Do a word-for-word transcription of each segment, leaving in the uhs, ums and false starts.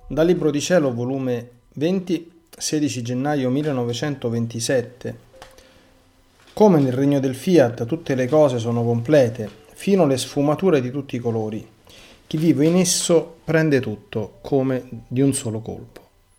Dal Libro di Cielo, volume venti, sedici gennaio millenovecentoventisette. Come nel regno del Fiat tutte le cose sono complete, fino alle sfumature di tutti i colori. Chi vive in esso prende tutto, come di un solo colpo.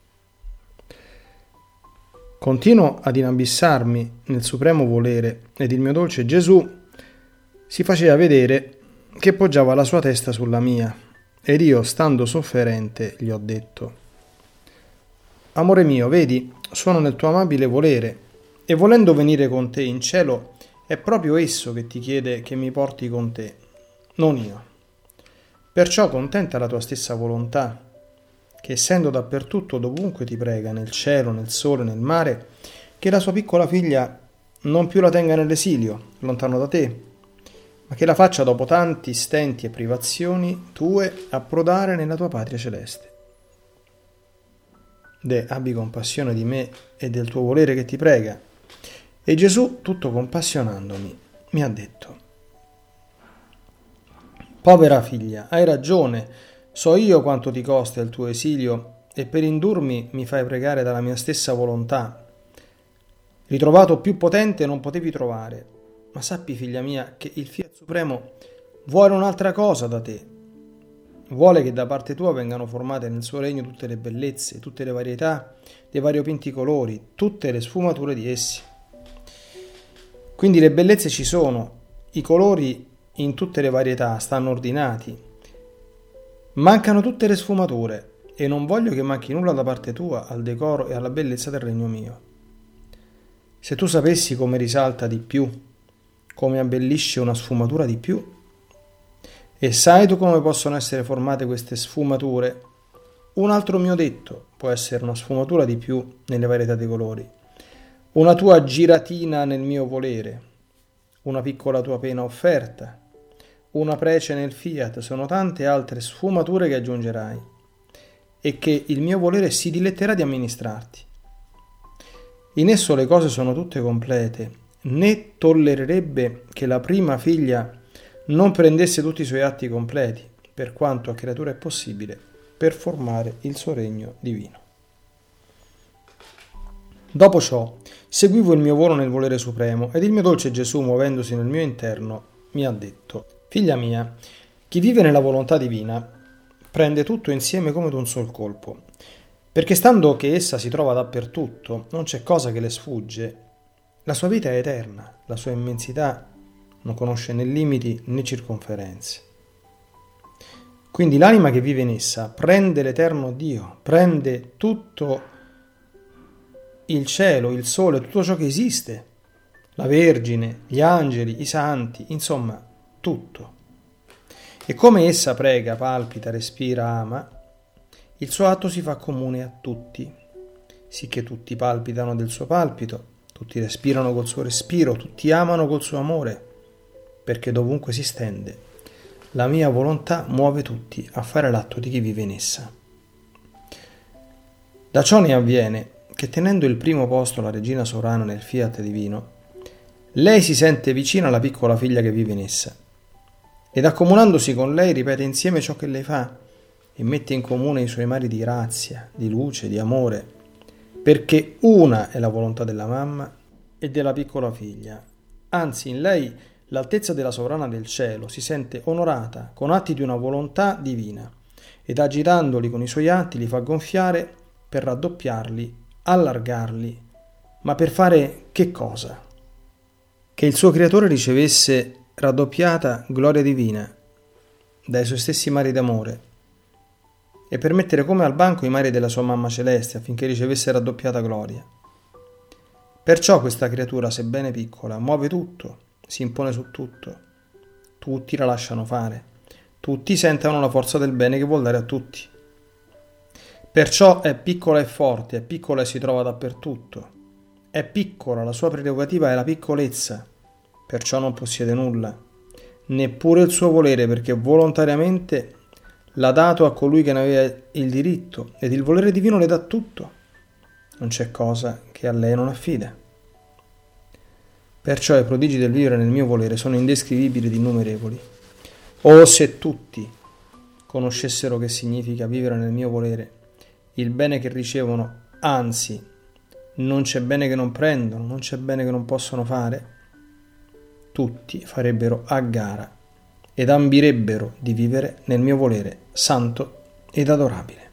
Continuo ad inabissarmi nel supremo volere ed il mio dolce Gesù si faceva vedere che poggiava la sua testa sulla mia. Ed io, stando sofferente, gli ho detto: Amore mio, vedi, sono nel tuo amabile volere, e volendo venire con te in cielo, è proprio esso che ti chiede che mi porti con te, non io. Perciò contenta la tua stessa volontà, che essendo dappertutto dovunque ti prega, nel cielo, nel sole, nel mare, che la sua piccola figlia non più la tenga nell'esilio, lontano da te, ma che la faccia dopo tanti stenti e privazioni tue approdare nella tua patria celeste. De, abbi compassione di me e del tuo volere che ti prega. E Gesù, tutto compassionandomi, mi ha detto: Povera figlia, hai ragione, so io quanto ti costa il tuo esilio, e per indurmi mi fai pregare dalla mia stessa volontà. Ritrovato più potente non potevi trovare. Ma sappi, figlia mia, che il Fiat Supremo vuole un'altra cosa da te. Vuole che da parte tua vengano formate nel suo regno tutte le bellezze, tutte le varietà dei variopinti colori, tutte le sfumature di essi. Quindi le bellezze ci sono, i colori in tutte le varietà stanno ordinati. Mancano tutte le sfumature e non voglio che manchi nulla da parte tua al decoro e alla bellezza del regno mio. Se tu sapessi come risalta di più, come abbellisce una sfumatura di più. E sai tu come possono essere formate queste sfumature? Un altro mio detto può essere una sfumatura di più nelle varietà dei colori, una tua giratina nel mio volere, una piccola tua pena offerta, una prece nel Fiat, sono tante altre sfumature che aggiungerai e che il mio volere si diletterà di amministrarti. In esso le cose sono tutte complete, né tollererebbe che la prima figlia non prendesse tutti i suoi atti completi, per quanto a creatura è possibile, per formare il suo regno divino. Dopo ciò, seguivo il mio volo nel volere supremo, ed il mio dolce Gesù, muovendosi nel mio interno, mi ha detto: Figlia mia, chi vive nella volontà divina prende tutto insieme come d'un sol colpo, perché stando che essa si trova dappertutto, non c'è cosa che le sfugge. La sua vita è eterna, la sua immensità non conosce né limiti né circonferenze. Quindi l'anima che vive in essa prende l'eterno Dio, prende tutto il cielo, il sole, tutto ciò che esiste, la Vergine, gli angeli, i santi, insomma, tutto. E come essa prega, palpita, respira, ama, il suo atto si fa comune a tutti, sicché tutti palpitano del suo palpito, tutti respirano col suo respiro, tutti amano col suo amore, perché dovunque si stende, la mia volontà muove tutti a fare l'atto di chi vive in essa. Da ciò ne avviene che, tenendo il primo posto la regina sovrana nel Fiat divino, lei si sente vicina alla piccola figlia che vive in essa, ed accomunandosi con lei ripete insieme ciò che lei fa e mette in comune i suoi mari di grazia, di luce, di amore, perché una è la volontà della mamma e della piccola figlia. Anzi, in lei l'altezza della sovrana del cielo si sente onorata con atti di una volontà divina, ed agitandoli con i suoi atti li fa gonfiare per raddoppiarli, allargarli, ma per fare che cosa? Che il suo creatore ricevesse raddoppiata gloria divina dai suoi stessi mari d'amore, e per mettere come al banco i mari della sua mamma celeste affinché ricevesse raddoppiata gloria. Perciò questa creatura, sebbene piccola, muove tutto, si impone su tutto, tutti la lasciano fare, tutti sentono la forza del bene che vuol dare a tutti. Perciò è piccola e forte, è piccola e si trova dappertutto, è piccola, la sua prerogativa è la piccolezza, perciò non possiede nulla, neppure il suo volere, perché volontariamente l'ha dato a colui che ne aveva il diritto, ed il volere divino le dà tutto. Non c'è cosa che a lei non affida. Perciò i prodigi del vivere nel mio volere sono indescrivibili ed innumerevoli. Oh, se tutti conoscessero che significa vivere nel mio volere, il bene che ricevono, anzi, non c'è bene che non prendono, non c'è bene che non possono fare, tutti farebbero a gara ed ambirebbero di vivere nel mio volere santo ed adorabile.